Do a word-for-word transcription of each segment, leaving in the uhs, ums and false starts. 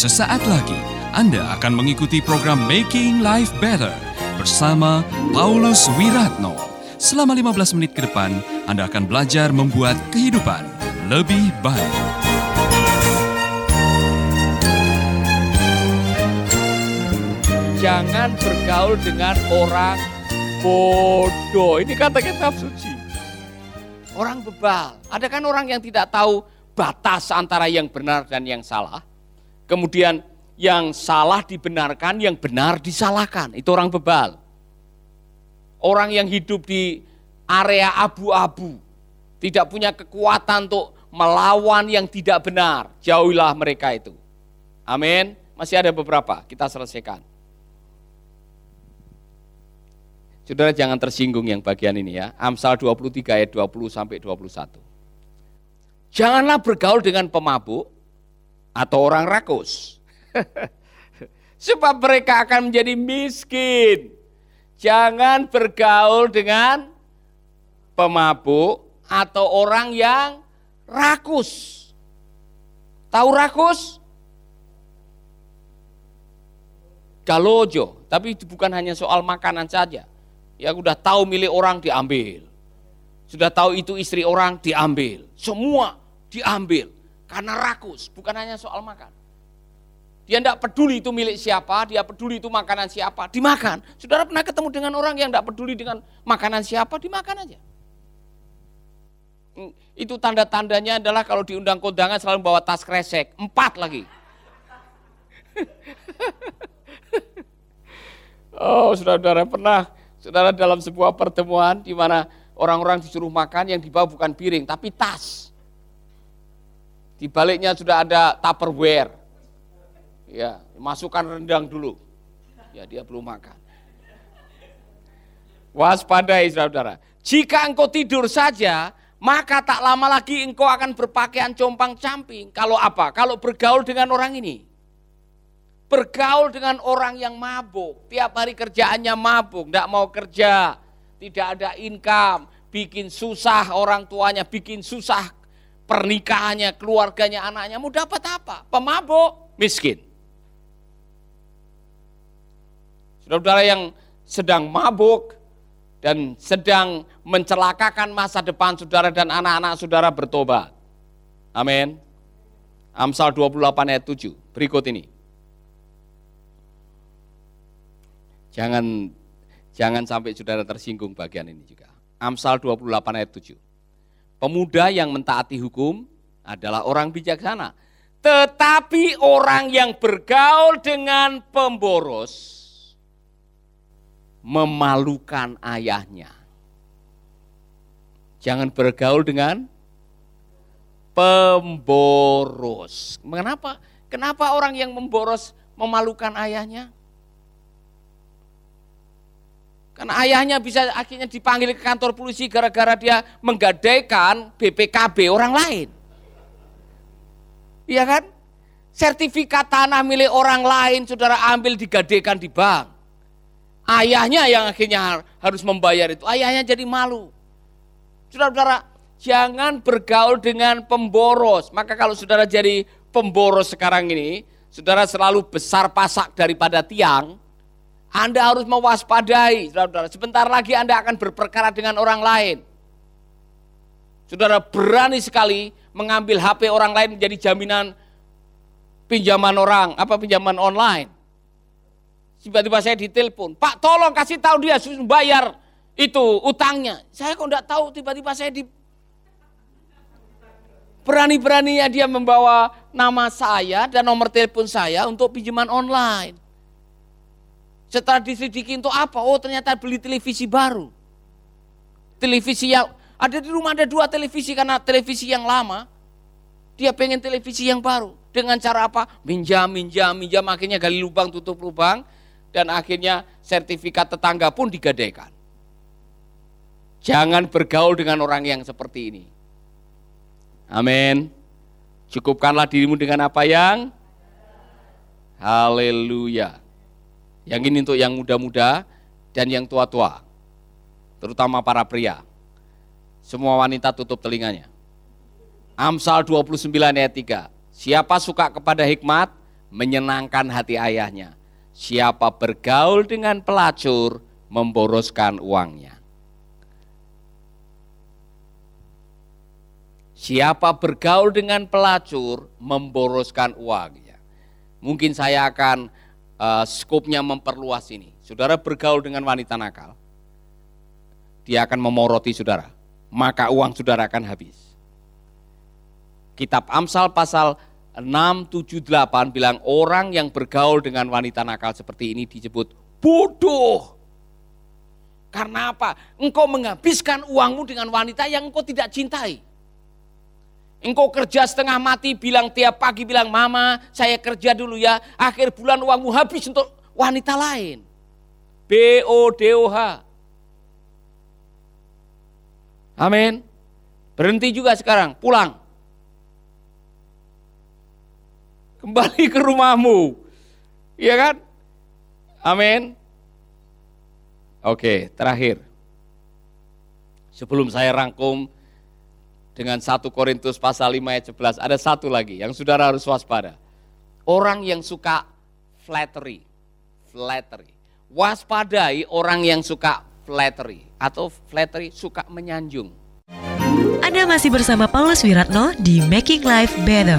Sesaat lagi Anda akan mengikuti program Making Life Better bersama Paulus Wiratno. Selama lima belas menit ke depan, Anda akan belajar membuat kehidupan lebih baik. Jangan bergaul dengan orang bodoh. Ini kata kitab suci. Orang bebal. Ada kan orang yang tidak tahu batas antara yang benar dan yang salah. Kemudian yang salah dibenarkan, yang benar disalahkan. Itu orang bebal. Orang yang hidup di area abu-abu. Tidak punya kekuatan untuk melawan yang tidak benar. Jauhilah mereka itu. Amin. Masih ada beberapa, kita selesaikan. Saudara jangan tersinggung yang bagian ini ya. Amsal dua puluh tiga ayat dua puluh sampai dua puluh satu. Janganlah bergaul dengan pemabuk atau orang rakus. Sebab mereka akan menjadi miskin. Jangan bergaul dengan pemabuk atau orang yang rakus. Tahu rakus? Galojo, tapi itu bukan hanya soal makanan saja. Ya udah tahu milik orang diambil. Sudah tahu itu istri orang diambil. Semua diambil karena rakus, bukan hanya soal makan. Dia tidak peduli itu milik siapa, dia peduli itu makanan siapa, dimakan. Saudara pernah ketemu dengan orang yang tidak peduli dengan makanan siapa, dimakan aja. Itu tanda-tandanya adalah kalau diundang kondangan selalu bawa tas kresek, empat lagi. Oh, saudara-saudara pernah, saudara dalam sebuah pertemuan di mana orang-orang disuruh makan yang dibawa bukan piring, tapi tas. Di baliknya sudah ada Tupperware. Ya, masukkan rendang dulu. Ya, dia belum makan. Waspadai, saudara-saudara. Jika engkau tidur saja, maka tak lama lagi engkau akan berpakaian compang-camping. Kalau apa? Kalau bergaul dengan orang ini. Bergaul dengan orang yang mabuk. Tiap hari kerjaannya mabuk, tidak mau kerja. Tidak ada income, bikin susah orang tuanya, bikin susah pernikahannya, keluarganya, anaknya. Mau dapat apa? Pemabuk, miskin. Saudara-saudara yang sedang mabuk dan sedang mencelakakan masa depan saudara dan anak-anak saudara bertobat. Amin. Amsal dua puluh delapan ayat tujuh. Berikut ini. Jangan jangan sampai saudara tersinggung bagian ini juga. Amsal dua puluh delapan ayat tujuh. Pemuda yang mentaati hukum adalah orang bijaksana. Tetapi orang yang bergaul dengan pemboros memalukan ayahnya. Jangan bergaul dengan pemboros. Kenapa? Kenapa orang yang memboros memalukan ayahnya? Karena ayahnya bisa akhirnya dipanggil ke kantor polisi gara-gara dia menggadaikan B P K B orang lain. Iya kan? Sertifikat tanah milik orang lain saudara ambil digadaikan di bank. Ayahnya yang akhirnya harus membayar itu. Ayahnya jadi malu. Saudara-saudara, jangan bergaul dengan pemboros. Maka kalau saudara jadi pemboros sekarang ini, saudara selalu besar pasak daripada tiang. Anda harus mewaspadai, saudara-saudara. Sebentar lagi Anda akan berperkara dengan orang lain. Saudara berani sekali mengambil H P orang lain menjadi jaminan pinjaman orang, apa pinjaman online. Tiba-tiba saya ditelepon, Pak tolong kasih tahu dia suruh bayar itu utangnya. Saya kok enggak tahu, tiba-tiba saya di berani-beraninya dia membawa nama saya dan nomor telepon saya untuk pinjaman online. Setelah diselidiki untuk apa? Oh ternyata beli televisi baru. Televisi yang ada di rumah ada dua televisi karena televisi yang lama. Dia pengen televisi yang baru. Dengan cara apa? Minjam, minjam, minjam. Akhirnya gali lubang, tutup lubang. Dan akhirnya sertifikat tetangga pun digadaikan. Jangan bergaul dengan orang yang seperti ini. Amin. Cukupkanlah dirimu dengan apa yang? Haleluya. Yang ini untuk yang muda-muda dan yang tua-tua. Terutama para pria. Semua wanita tutup telinganya. Amsal dua puluh sembilan ayat tiga. Siapa suka kepada hikmat, menyenangkan hati ayahnya. Siapa bergaul dengan pelacur, memboroskan uangnya. Siapa bergaul dengan pelacur, memboroskan uangnya. Mungkin saya akan uh, skopnya memperluas ini. Saudara bergaul dengan wanita nakal, dia akan memoroti saudara, maka uang saudara akan habis. Kitab Amsal pasal enam, tujuh, delapan bilang orang yang bergaul dengan wanita nakal seperti ini disebut bodoh. Karena apa? Engkau menghabiskan uangmu dengan wanita yang engkau tidak cintai. Engkau kerja setengah mati, bilang tiap pagi bilang, mama saya kerja dulu ya, akhir bulan uangmu habis untuk wanita lain. B O D O H. Amin. Berhenti juga sekarang, pulang. Kembali ke rumahmu. Iya kan? Amin. Oke, terakhir. Sebelum saya rangkum dengan satu Korintus pasal lima ayat sebelas, ada satu lagi yang saudara harus waspada. Orang yang suka flattery. Flattery. Waspadai orang yang suka flattery. Atau flattery suka menyanjung. Anda masih bersama Paulus Wiratno di Making Life Better.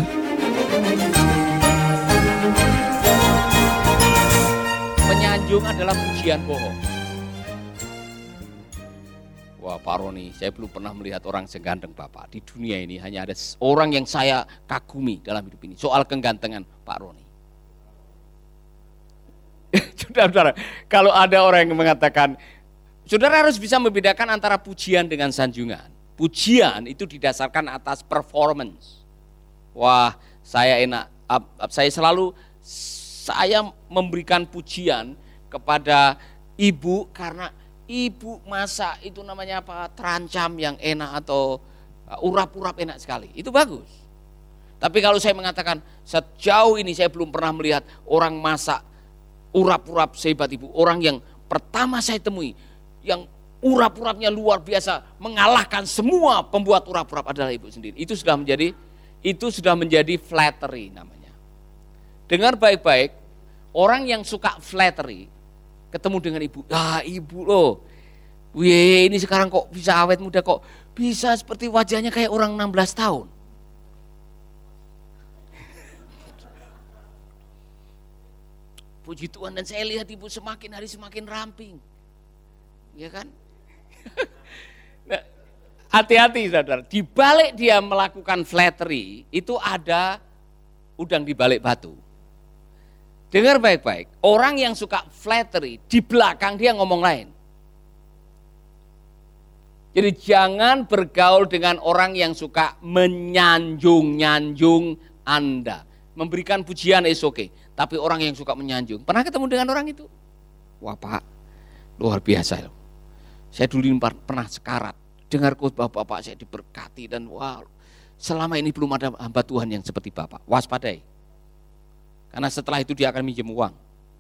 Menyanjung adalah pujian bohong. Wah Pak Roni, saya belum pernah melihat orang seganteng Bapak. Di dunia ini hanya ada orang yang saya kagumi dalam hidup ini. Soal kegantengan Pak Roni. Saudara-saudara, kalau ada orang yang mengatakan, saudara harus bisa membedakan antara pujian dengan sanjungan. Pujian itu didasarkan atas performance. Wah, saya enak. Saya selalu, saya memberikan pujian kepada ibu karena ibu masak itu namanya apa, terancam yang enak atau urap-urap enak sekali. Itu bagus. Tapi kalau saya mengatakan sejauh ini saya belum pernah melihat orang masak urap-urap sehebat ibu. Orang yang pertama saya temui yang urap-urapnya luar biasa, mengalahkan semua pembuat urap-urap adalah ibu sendiri. Itu sudah menjadi itu sudah menjadi flattery namanya. Dengar baik-baik, orang yang suka flattery ketemu dengan ibu, ah ibu loh, wih ini sekarang kok bisa awet muda, kok bisa seperti wajahnya kayak orang enam belas tahun. Puji Tuhan, dan saya lihat ibu semakin hari semakin ramping. Ya kan? Nah, hati-hati saudara, di balik dia melakukan flattery, itu ada udang di balik batu. Dengar baik-baik, orang yang suka flattery, di belakang dia ngomong lain. Jadi jangan bergaul dengan orang yang suka menyanjung-nyanjung Anda. Memberikan pujian is oke, tapi orang yang suka menyanjung. Pernah ketemu dengan orang itu? Wah Pak, luar biasa loh. Saya dulu pernah sekarat, dengar khotbah Bapak saya diberkati dan wah, selama ini belum ada hamba Tuhan yang seperti Bapak. Waspadai. Karena setelah itu dia akan minjem uang.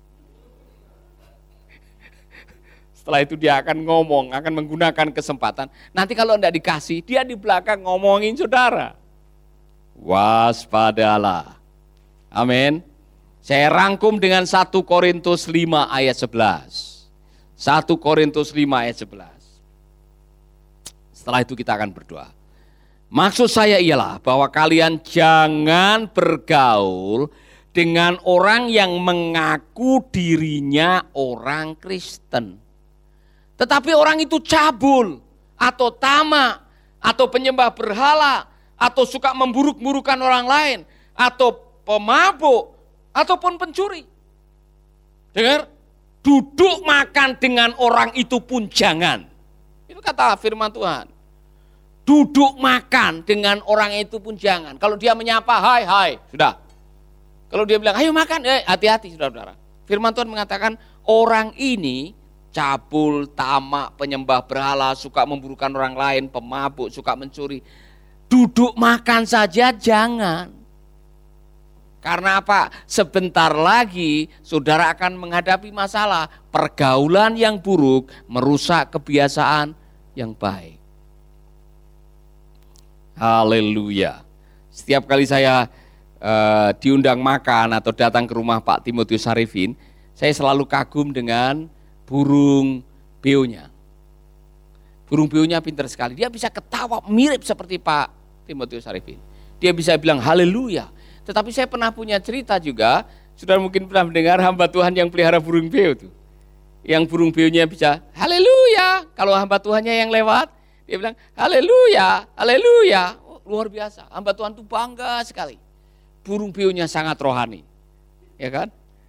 Setelah itu dia akan ngomong, akan menggunakan kesempatan. Nanti kalau tidak dikasih, dia di belakang ngomongin saudara. Waspadalah. Amin. Saya rangkum dengan satu Korintus lima ayat sebelas. satu Korintus lima ayat sebelas. Setelah itu kita akan berdoa. Maksud saya ialah bahwa kalian jangan bergaul dengan orang yang mengaku dirinya orang Kristen. Tetapi orang itu cabul, atau tamak, atau penyembah berhala, atau suka memburuk-burukan orang lain, atau pemabuk, ataupun pencuri. Dengar, duduk makan dengan orang itu pun jangan. Itu kata firman Tuhan. Duduk makan dengan orang itu pun jangan. Kalau dia menyapa, hai, hai, sudah. Kalau dia bilang, ayo makan, eh, hati-hati saudara-saudara. Firman Tuhan mengatakan, orang ini cabul, tamak, penyembah berhala, suka memburukan orang lain, pemabuk, suka mencuri. Duduk makan saja jangan. Karena apa? Sebentar lagi saudara akan menghadapi masalah. Pergaulan yang buruk merusak kebiasaan yang baik. Haleluya. Setiap kali saya uh, diundang makan atau datang ke rumah Pak Timotius Arifin, saya selalu kagum dengan burung beonya. Burung beonya pintar sekali, dia bisa ketawa mirip seperti Pak Timotius Arifin. Dia bisa bilang haleluya. Tetapi saya pernah punya cerita juga, sudah mungkin pernah mendengar hamba Tuhan yang pelihara burung beo tuh. Yang burung beonya bisa haleluya. Kalau hamba Tuhannya yang lewat, dia bilang haleluya, haleluya. Oh, luar biasa, hamba Tuhan tuh bangga sekali. Burung beonya sangat rohani, ya kan?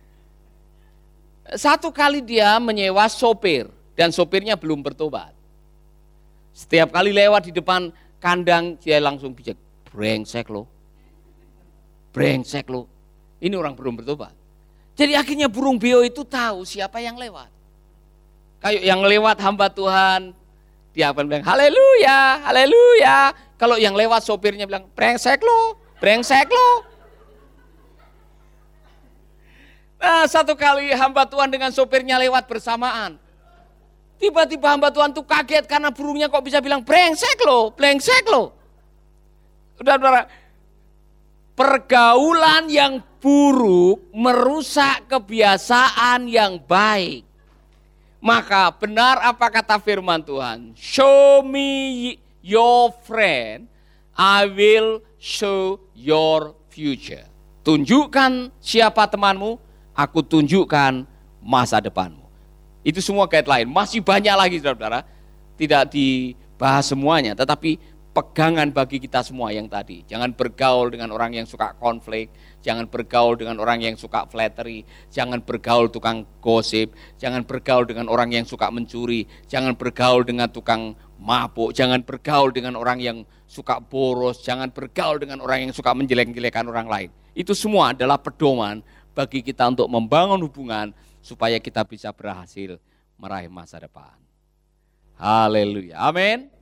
Satu kali dia menyewa sopir dan sopirnya belum bertobat. Setiap kali lewat di depan kandang dia langsung bijak, brengsek lo, brengsek lo. Ini orang belum bertobat. Jadi akhirnya burung beo itu tahu siapa yang lewat. Kayak yang lewat hamba Tuhan, dia akan bilang haleluya, haleluya. Kalau yang lewat sopirnya bilang brengsek lo, brengsek lo. Nah, satu kali hamba Tuhan dengan sopirnya lewat bersamaan. Tiba-tiba hamba Tuhan tuh kaget karena burungnya kok bisa bilang brengsek lo, brengsek lo. Saudara-saudara, pergaulan yang buruk merusak kebiasaan yang baik. Maka benar apa kata firman Tuhan, show me your friend, I will show your future. Tunjukkan siapa temanmu, aku tunjukkan masa depanmu. Itu semua guideline, masih banyak lagi saudara-saudara, tidak dibahas semuanya, tetapi pegangan bagi kita semua yang tadi. Jangan bergaul dengan orang yang suka konflik, jangan bergaul dengan orang yang suka flattery, jangan bergaul tukang gosip, jangan bergaul dengan orang yang suka mencuri, jangan bergaul dengan tukang mabuk, jangan bergaul dengan orang yang suka boros, jangan bergaul dengan orang yang suka menjelek-jelekan orang lain. Itu semua adalah pedoman bagi kita untuk membangun hubungan supaya kita bisa berhasil meraih masa depan. Haleluya, amin.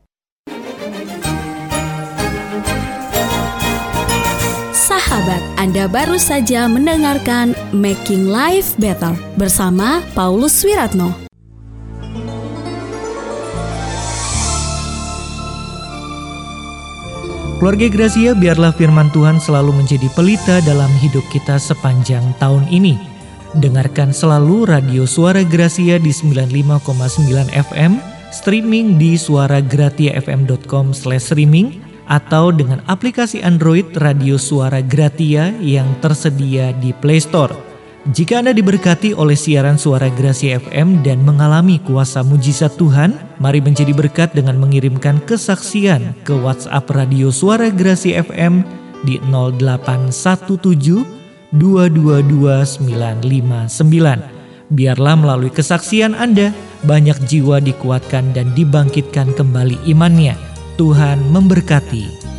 Sahabat, Anda baru saja mendengarkan Making Life Better bersama Paulus Wiratno. Keluarga Gracia, biarlah firman Tuhan selalu menjadi pelita dalam hidup kita sepanjang tahun ini. Dengarkan selalu radio Suara Gracia di sembilan puluh lima koma sembilan F M, streaming di suara gratia f m dot com slash streaming, atau dengan aplikasi Android Radio Suara Gratia yang tersedia di Play Store. Jika Anda diberkati oleh siaran Suara Gracia F M dan mengalami kuasa mujizat Tuhan, mari menjadi berkat dengan mengirimkan kesaksian ke WhatsApp Radio Suara Gracia F M di nol delapan satu tujuh dua dua dua sembilan lima sembilan. Biarlah melalui kesaksian Anda, banyak jiwa dikuatkan dan dibangkitkan kembali imannya. Tuhan memberkati.